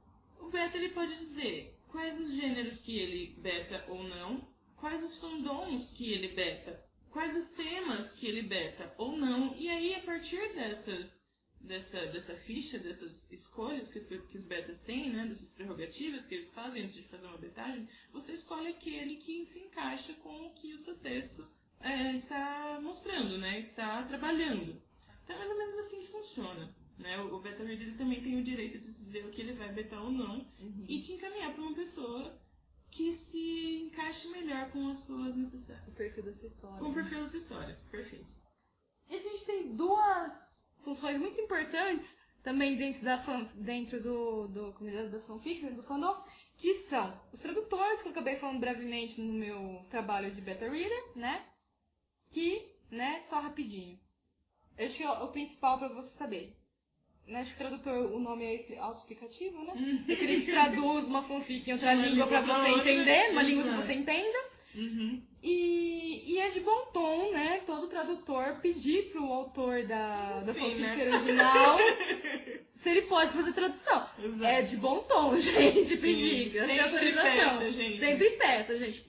B: O beta, ele pode dizer quais os gêneros que ele beta ou não, quais os fandoms que ele beta, quais os temas que ele beta ou não, e aí a partir dessas, dessa, dessa ficha, dessas escolhas que os, que os betas têm, né, dessas prerrogativas que eles fazem antes de fazer uma betagem, você escolhe aquele que se encaixa com o que o seu texto é, está mostrando, né, está trabalhando. Então é mais ou menos assim que funciona. Né? O beta reader ele também tem o direito de dizer o que ele vai betar ou não, uhum, e te encaminhar para uma pessoa que se encaixe melhor com as suas necessidades.
A: O perfil da sua história.
B: Com o perfil da sua história, perfeito.
A: E a gente tem duas funções muito importantes também dentro, da fan, dentro do, do comunidade da fanfic, do fandom, que são os tradutores, que eu acabei falando brevemente no meu trabalho de beta reader, né? Que, né, só rapidinho. Eu acho que é o principal para você saber. Acho que o tradutor, o nome é autoexplicativo, né?
B: Uhum.
A: É que ele traduz uma fanfic em outra
B: uma
A: língua pra você
B: outra,
A: entender, uma
B: exato,
A: língua que você entenda.
B: Uhum.
A: E, e é de bom tom, né? Todo tradutor pedir pro autor da, da
B: Sim,
A: fanfic
B: né?
A: original se ele pode fazer tradução.
B: Exato.
A: É de bom tom, gente,
B: Sim,
A: pedir.
B: sempre
A: autorização.
B: peça, gente.
A: Sempre peça, gente.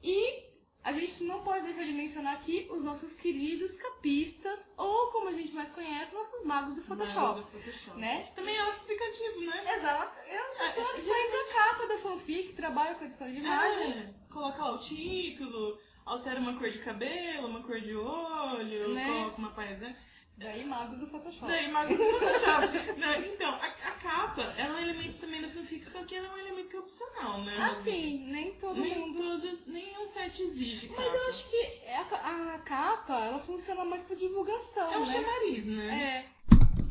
A: E a gente não pode deixar de mencionar aqui os nossos queridos capistas, ou como a gente mais conhece, nossos magos do Photoshop.
B: Magos do Photoshop.
A: Né?
B: Também é autoexplicativo, né?
A: Exato. Eu
B: É,
A: sou a que
B: geralmente...
A: faz a capa da fanfic, trabalho com edição de imagem.
B: É, coloca lá o título, altera uma cor de cabelo, uma cor de olho,
A: Né?
B: coloca uma paisagem.
A: Daí magos do Photoshop.
B: Daí magos do Photoshop. Né? Então, a, a capa, ela é um elemento também da fanfic, só que ela é um elemento que é opcional, né?
A: Ah, sim, nem todo
B: nem
A: mundo.
B: Todos, nenhum site exige capa.
A: Mas eu acho que a, a capa, ela funciona mais pra divulgação,
B: é um
A: né?
B: chamariz, né?
A: É.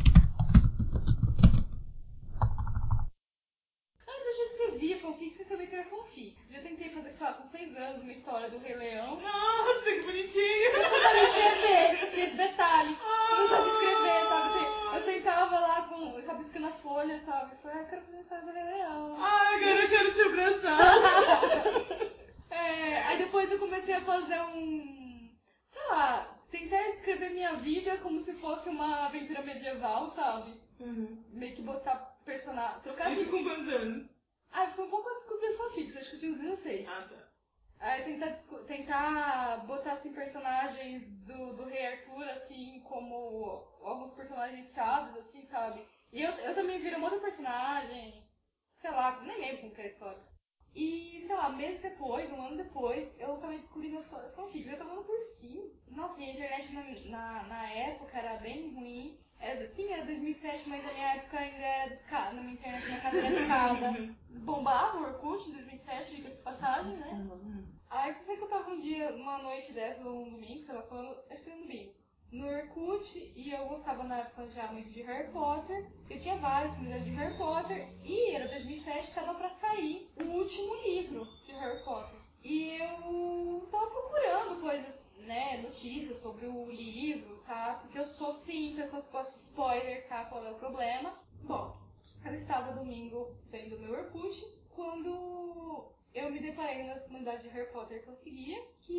A: Antes eu já escrevia fanfic sem saber que era fanfic. Já tentei fazer, sei lá, com seis anos, uma história do Rei Leão.
B: Nossa, que bonitinho!
A: Eu não sabia escrever, tinha esse detalhe. Eu não sabia escrever, sabe? Eu sentava lá com rabiscando a folha, sabe? Eu falei, ah, eu quero fazer uma história do Rei Leão.
B: Ai, agora eu quero te abraçar!
A: É, aí depois eu comecei a fazer um, sei lá, tentar escrever minha vida como se fosse uma aventura medieval, sabe?
B: Uhum.
A: Meio que botar personagem, trocar
B: Isso
A: de...
B: com quantos anos?
A: Ah, foi um pouco a descobrir fanfics, acho que eu tinha uns dezesseis.
B: Ah, tá.
A: Aí tentar, tentar botar assim, personagens do, do Rei Arthur, assim, como alguns personagens chaves, assim, sabe? E eu, eu também virei um outro personagem, sei lá, nem lembro como que é a história. E, sei lá, meses depois, um ano depois, eu acabei descobrindo as fanfics. Eu tava no cursinho. Nossa, e a internet na, na, na época era bem ruim. Era, sim, era dois mil e sete, mas na minha época ainda era discada. Na minha internet, na casa era discada. Bombava o Orkut em dois mil e sete, diga-se de passagem, né? Aí só sei que eu tava um dia, uma noite dessa, um domingo, sei lá quando, acho que era um domingo, no Orkut, e eu gostava na época já muito de Harry Potter. Eu tinha várias comunidades de Harry Potter, e era dois mil e sete, estava pra sair o último livro de Harry Potter. E eu tava procurando coisas, né, notícias sobre o livro, tá? Porque eu sou, sim, pessoa que posso spoiler, tá? Qual é o problema? Bom, eu estava domingo vendo meu Orkut, quando eu me deparei nas comunidades de Harry Potter que eu seguia,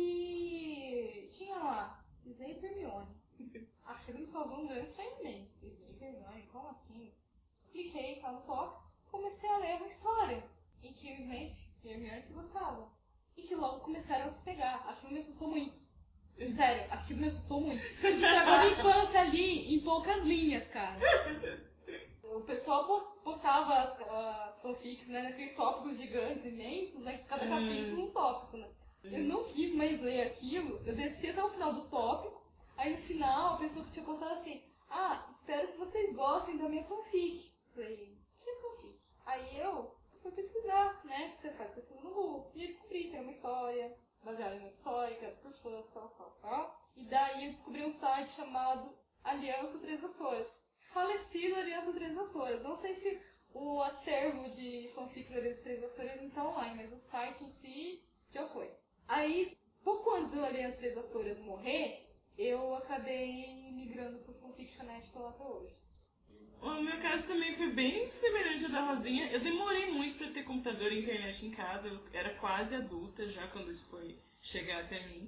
A: que tinha lá Snape e Hermione. Aquilo me causou um grande estranhamento. Snape e Hermione, como assim? Cliquei lá no top, comecei a ler uma história em que o Snape e a Hermione se gostavam. E que logo começaram a se pegar. Aquilo me assustou muito. Sério, aquilo me assustou muito. Tipo, estragou a minha infância ali, em poucas linhas, cara. O pessoal postava as, as fanfics, né, naqueles tópicos gigantes, imensos, né, cada capítulo um tópico, né. Eu não quis mais ler aquilo, eu desci até o final do tópico, aí no final a pessoa tinha postado assim, ah, espero que vocês gostem da minha fanfic. Falei, que fanfic? Aí eu fui pesquisar, né, que você faz pesquisa no Google, e eu descobri que era uma história, baseada em uma história, que era por fãs, tal, tal, tal. E daí eu descobri um site chamado Aliança Três Vassouras. Falecido Aliança Três Vassouras. Não sei se o acervo de fanfics das Três Vassouras não tá online, mas o site em si já foi. Aí, pouco antes do Alien das Três Vassouras morrer, eu acabei migrando pro Fanfictionet, tô lá até hoje.
B: O meu caso também foi bem semelhante ao da Rosinha. Eu demorei muito pra ter computador e internet em casa. Eu era quase adulta já quando isso foi chegar até mim.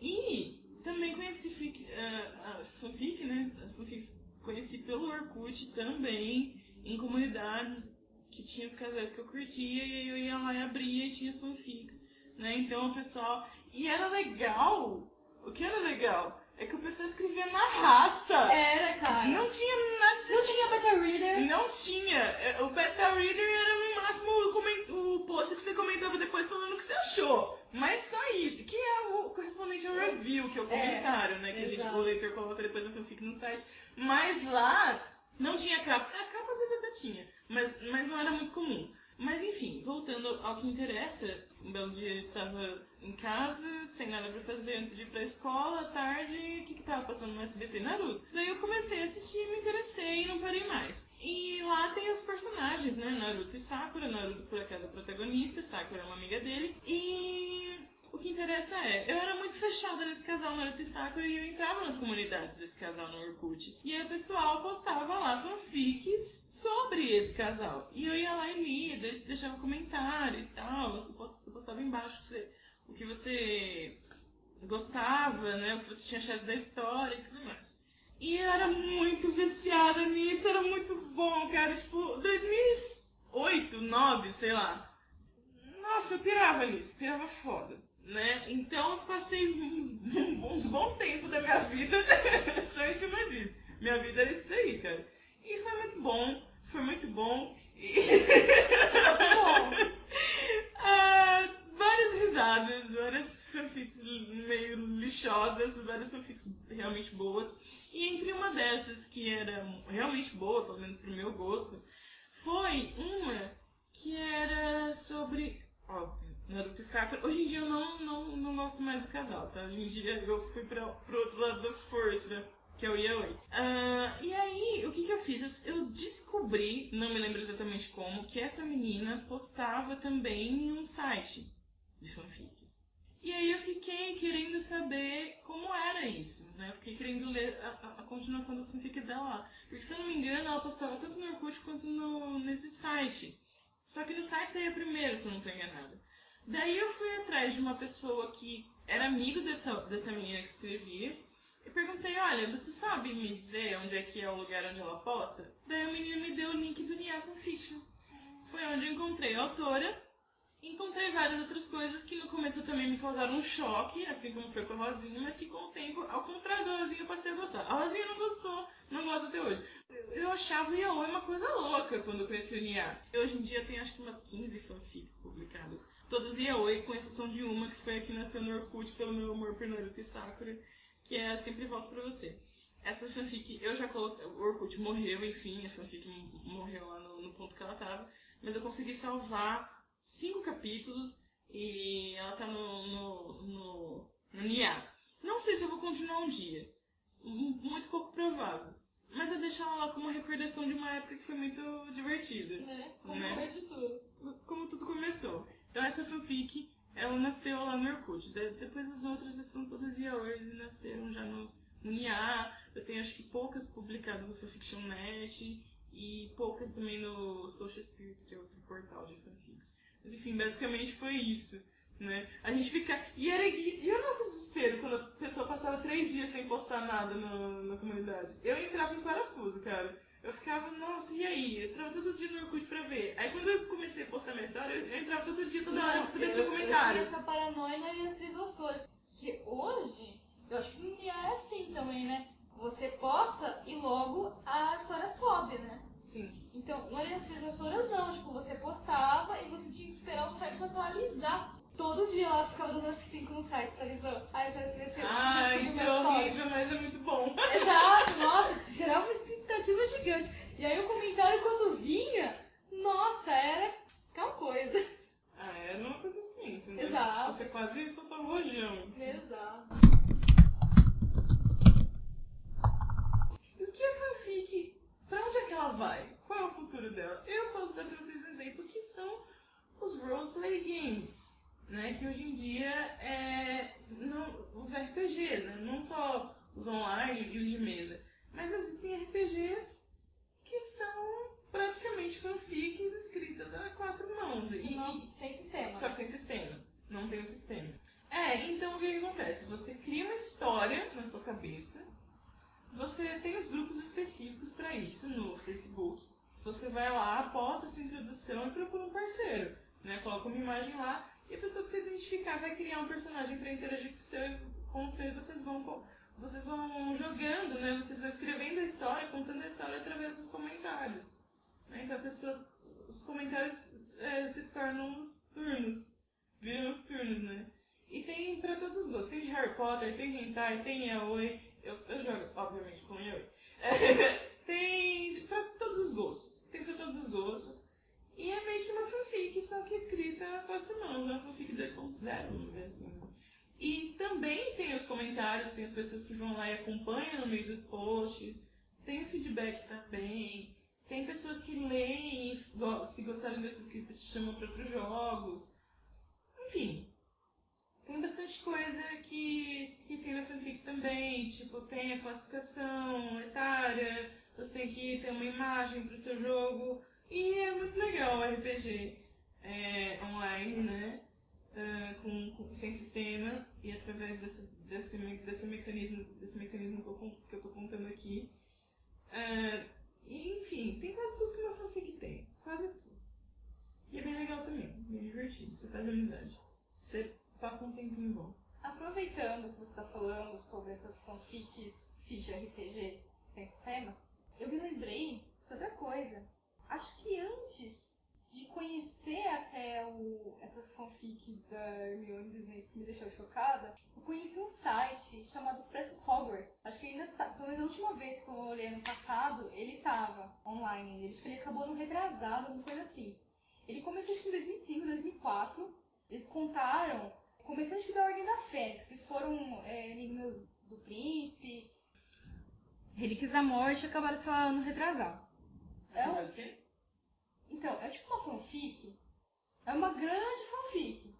B: E também conheci fic, uh, a fanfic, né? As fanfics conheci pelo Orkut também, em comunidades que tinha os casais que eu curtia, e aí eu ia lá e abria e tinha as fanfics, né? Então o pessoal... E era legal! O que era legal? É que o pessoal escrevia na raça.
A: Era, cara.
B: Não tinha nada.
A: Não tinha beta reader.
B: Não tinha. O beta reader era no máximo o, coment... o post que você comentava depois falando o que você achou. Mas só isso. Que é o correspondente ao review, que é o comentário, é, né? Que a gente, o leitor coloca depois a fanfic no site. Mas lá não tinha capa. A capa às vezes até tinha. Mas, mas não era muito comum. Mas enfim, voltando ao que interessa, um belo dia eu estava em casa, sem nada pra fazer antes de ir pra escola, à tarde, o que que tava passando no S B T? Naruto. Daí eu comecei a assistir, me interessei e não parei mais. E lá tem os personagens, né? Naruto e Sakura. Naruto, por acaso, é o protagonista, Sakura é uma amiga dele. E o que interessa é, eu era muito fechada nesse casal, Naruto e Sakura, e eu entrava nas comunidades desse casal no Orkut. E aí o pessoal postava lá fanfics sobre esse casal. E eu ia lá e lia, deixava comentário e tal, você postava embaixo você, o que você gostava, né, o que você tinha achado da história e tudo mais. E eu era muito viciada nisso, era muito bom, cara, tipo, dois mil e oito, dois mil e nove, sei lá. Nossa, eu pirava nisso, pirava foda, né? Então eu passei uns, uns bom tempo da minha vida só em cima disso. Minha vida era isso aí, cara. E foi muito bom, foi muito bom. E... ah, várias risadas, várias fanfics meio lixosas, várias fanfics realmente boas. E entre uma dessas, que era realmente boa, pelo menos pro meu gosto, foi uma que era sobre... Óbvio, Naruto e Sakura. Hoje em dia eu não, não, não gosto mais do casal, tá? Hoje em dia eu fui pra, pro outro lado da força, que é o Yaoi. Uh, e aí, o que que eu fiz? Eu, eu descobri, não me lembro exatamente como, que essa menina postava também em um site de fanfics. E aí eu fiquei querendo saber como era isso, né? Eu fiquei querendo ler a, a, a continuação das fanfics dela lá. Porque, se eu não me engano, ela postava tanto no Orkut quanto no, nesse site. Só que no site saía primeiro, se eu não estou enganada. Daí eu fui atrás de uma pessoa que era amigo dessa, dessa menina que escrevia e perguntei, olha, você sabe me dizer onde é que é o lugar onde ela posta? Daí o menino me deu o link do Nia Fanfiction. Foi onde eu encontrei a autora e encontrei várias outras coisas que no começo também me causaram um choque, assim como foi com a Rosinha, mas que com o tempo, ao contrário da Rosinha, eu passei a gostar. A Rosinha não gostou, não gosta até hoje. Eu achava o Yaoi uma coisa louca quando eu conheci o Nia. Hoje em dia tem acho que umas quinze fanfics publicadas. Todas Yaoi, com exceção de uma que foi a que nasceu no Orkut pelo meu amor por Naruto e Sakura, que é Sempre Volto Pra Você. Essa fanfic, eu já coloquei, o Orkut morreu, enfim, a fanfic morreu lá no, no ponto que ela tava, mas eu consegui salvar cinco capítulos e ela tá no, no, no, no Nia. Não sei se eu vou continuar um dia, muito pouco provável, mas eu deixo ela lá como uma recordação de uma época que foi muito divertida.
A: É, como
B: né?
A: começo de tudo.
B: Como tudo começou. Então essa fanfic, ela nasceu lá no Orkut. De, depois as outras são todas yaois e nasceram já no, no Nia. Eu tenho acho que poucas publicadas no Fanfictionnet e poucas também no Social Spirit, que é outro portal de fanfics. Mas enfim, basicamente foi isso, né? A gente fica... E, era... e o nosso desespero quando a pessoa passava três dias sem postar nada no, na comunidade? Eu entrava em parafuso, cara. Eu ficava, nossa, e aí? Eu entrava todo dia no Orkut pra ver. Aí quando eu comecei a postar minha história, eu entrava todo dia, toda hora, pra saber se tinha comentário.
A: Eu tinha essa paranoia nas Três Vassouras. Porque hoje, eu acho que no Nia é assim também, né? Você posta e logo a história sobe, né?
B: Sim.
A: Então, no Alien das Três Vassouras não, tipo, você postava e você tinha que esperar o site atualizar. Todo dia ela ficava dando F cinco no site, atualizou. Aí parece que você
B: Ah, isso é horrível, mas é muito bom.
A: Exato, nossa, gerava uma expectativa gigante. E aí o comentário quando vinha, nossa, era aquela coisa.
B: Ah, era uma coisa assim, entendeu?
A: Exato.
B: Você quase soltava o rojão.
A: Exato.
B: E o que é fanfic? Pra onde é que ela vai? Qual é o futuro dela? Eu posso dar Roleplay Games, né? Que hoje em dia é não, os R P Gs, né? Não só os online e os de mesa, mas existem R P Gs que são praticamente fanfics escritas a quatro mãos. E,
A: Não, sem sistema.
B: Só que sem sistema. Não tem o sistema. É, então o que, que acontece? Você cria uma história na sua cabeça, você tem os grupos específicos para isso no Facebook. Você vai lá, posta a sua introdução e procura um parceiro, né? Coloca uma imagem lá e a pessoa que você identificar vai criar um personagem para interagir com, seu, com você. Vocês vão, vocês vão jogando, né? Vocês vão escrevendo a história, contando a história através dos comentários. Né? Então a pessoa, os comentários é, se tornam os turnos, viram os turnos, né? E tem para todos os gostos. Tem de Harry Potter, tem hentai, tem yaoi. Eu, eu jogo, obviamente, com yaoi. Tem para todos os gostos. Tem para todos os gostos. E é meio que uma fanfic, só que escrita a quatro mãos. É uma fanfic dois ponto zero, vamos dizer assim. E também tem os comentários, tem as pessoas que vão lá e acompanham no meio dos posts. Tem o feedback também. Tem pessoas que leem e, se gostarem desse escrito, te chamam para outros jogos. Enfim. Tem bastante coisa que, que tem na fanfic também, tipo, tem a classificação etária, você tem que ter uma imagem pro seu jogo, e é muito legal o R P G é, online, né, uh, com, com, sem sistema, e através desse, desse, desse, mecanismo, desse mecanismo que eu, que eu tô contando aqui. Uh, e, enfim, tem quase tudo que uma fanfic tem, quase tudo. E é bem legal também, bem divertido, você faz amizade. Você passa um tempinho bom.
A: Aproveitando que você está falando sobre essas fanfics de R P G sem sistema, eu me lembrei de outra coisa. Acho que antes de conhecer até o, essas fanfics da Hermione do Snape que me deixou chocada, eu conheci um site chamado Expresso Hogwarts. Acho que ainda tá, pelo menos a última vez que eu olhei ano passado, ele estava online. Ele, ele acabou no retrasado, alguma coisa assim. Ele começou acho que em dois mil e cinco, dois mil e quatro. Eles contaram, começando acho que da Ordem da Fênix, se foram é, Enigma do Príncipe, Relíquias da Morte, acabaram sei lá, no retrasado. É um... Então, é tipo uma fanfic, é uma grande fanfic,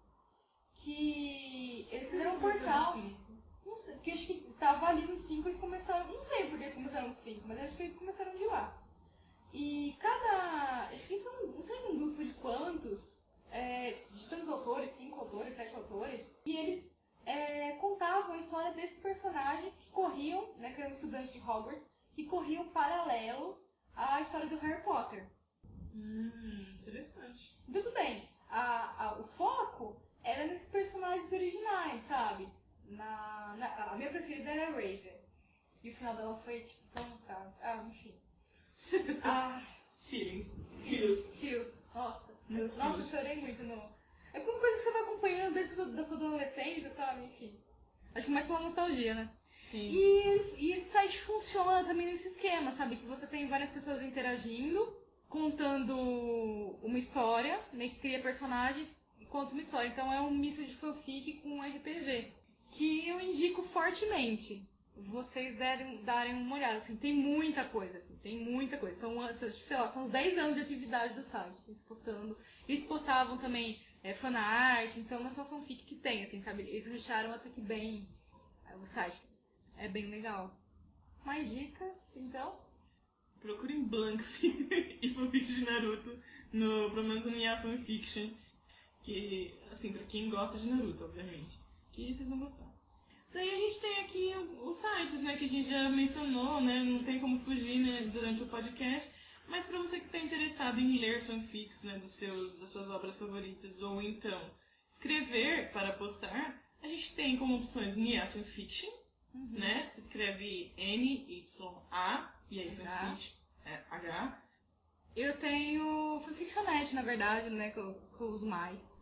A: que eles fizeram um portal, não sei, porque acho que tava ali nos cinco, eles começaram, não sei porque eles começaram nos cinco, mas acho que eles começaram de lá. E cada, acho que eles são, não sei um grupo de quantos, É, de tantos autores, cinco autores, sete autores, e eles é, contavam a história desses personagens que corriam, né, que eram estudantes de Hogwarts, que corriam paralelos à história do Harry Potter.
B: Hum, interessante.
A: Tudo bem, a, a, o foco era nesses personagens originais, sabe? Na, na, a minha preferida era a Raven, e o final dela foi tipo tão tá, ah, enfim. ah,
B: Feelings. Feels.
A: Feels, nossa. Eu,
B: Muito
A: nossa, eu
B: feels.
A: chorei muito no... É uma coisa que você vai acompanhando desde a da sua adolescência, sabe? Enfim. Acho que mais pela nostalgia, né?
B: Sim.
A: E, e esse site funciona também nesse esquema, sabe? Que você tem várias pessoas interagindo, contando uma história, né? Que cria personagens e conta uma história. Então é um misto de fanfic com R P G. Que eu indico fortemente. Vocês derem, darem uma olhada, assim, tem muita coisa, assim, tem muita coisa. São, sei lá, são uns dez anos de atividade do site, eles postando. Eles postavam também é, fanart, então não é só fanfic que tem, assim, sabe? Eles rechearam até que bem é, o site. É bem legal. Mais dicas, então?
B: Procurem Blanks e fanfic de Naruto, no, pelo menos no Nia Fanfiction, que, assim, pra quem gosta de Naruto, obviamente, que vocês vão gostar. Daí a gente tem aqui os sites, né, que a gente já mencionou, né, não tem como fugir, né, durante o podcast, mas para você que está interessado em ler fanfics, né, dos seus, das suas obras favoritas, ou então escrever para postar, a gente tem como opções Nia Fanfiction, uhum. né, se escreve N Y A, e aí fanfiction é H.
A: Eu tenho Fanfictionette, na verdade, né, que eu, que eu uso mais.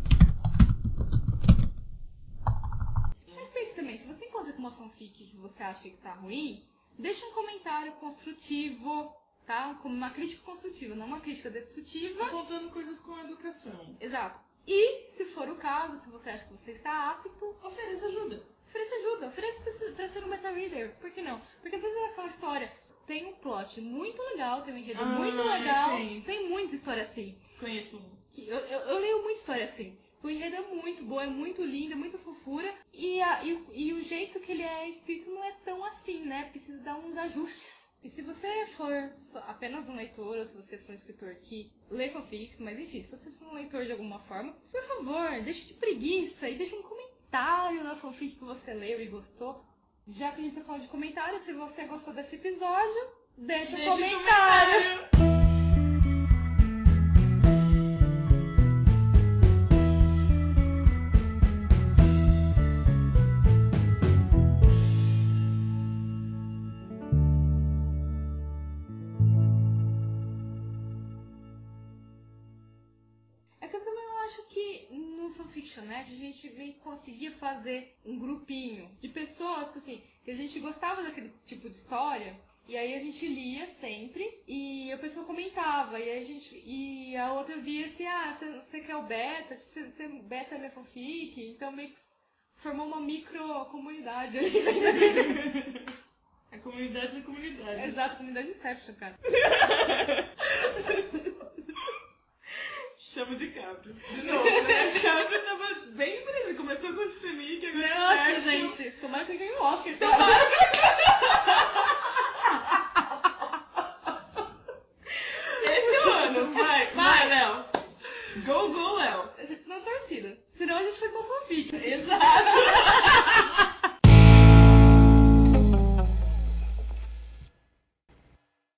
A: Mas pense também, se você encontra com uma fanfic que você acha que tá ruim, deixa um comentário construtivo, tá? Como uma crítica construtiva, não uma crítica destrutiva.
B: Apontando coisas com educação.
A: Exato. E, se for o caso, se você acha que você está apto,
B: ofereça ajuda.
A: Ofereça ajuda, ofereça pra ser um beta-reader. Por que não? Porque às vezes é aquela história, tem um plot muito legal, tem um enredo
B: ah,
A: muito legal,
B: tem.
A: tem muita história assim.
B: Conheço um.
A: que eu, eu, eu leio muita história assim. O enredo é muito bom, é muito lindo, é muito fofura. E, a, e, e o jeito que ele é escrito não é tão assim, né? Precisa dar uns ajustes. E se você for só, apenas um leitor, ou se você for um escritor que lê fanfics, mas enfim, se você for um leitor de alguma forma, por favor, deixa de preguiça e deixa um comentário na fanfic que você leu e gostou. Já que a gente tá falando de comentário, se você gostou desse episódio, deixa, deixa um comentário. Um comentário. A gente meio que conseguia fazer um grupinho de pessoas que, assim, que a gente gostava daquele tipo de história, e aí a gente lia sempre e a pessoa comentava, e, aí a, gente, e a outra via assim, ah, você quer o beta? Você beta minha fanfic? Então meio que formou uma micro comunidade ali.
B: A comunidade da comunidade.
A: Exato, a comunidade Inception, cara.
B: Chama de Caprio. De novo, né? De Caprio tava bem por aí. Começou com o Titanic, agora
A: Nossa,
B: Inception.
A: gente. Tomara que ele ganhe o Oscar.
B: Tomara que esse é o ano. Vai, vai, vai Léo. Go, go, Léo.
A: Na torcida. Senão a gente faz uma fanfic.
B: Exato.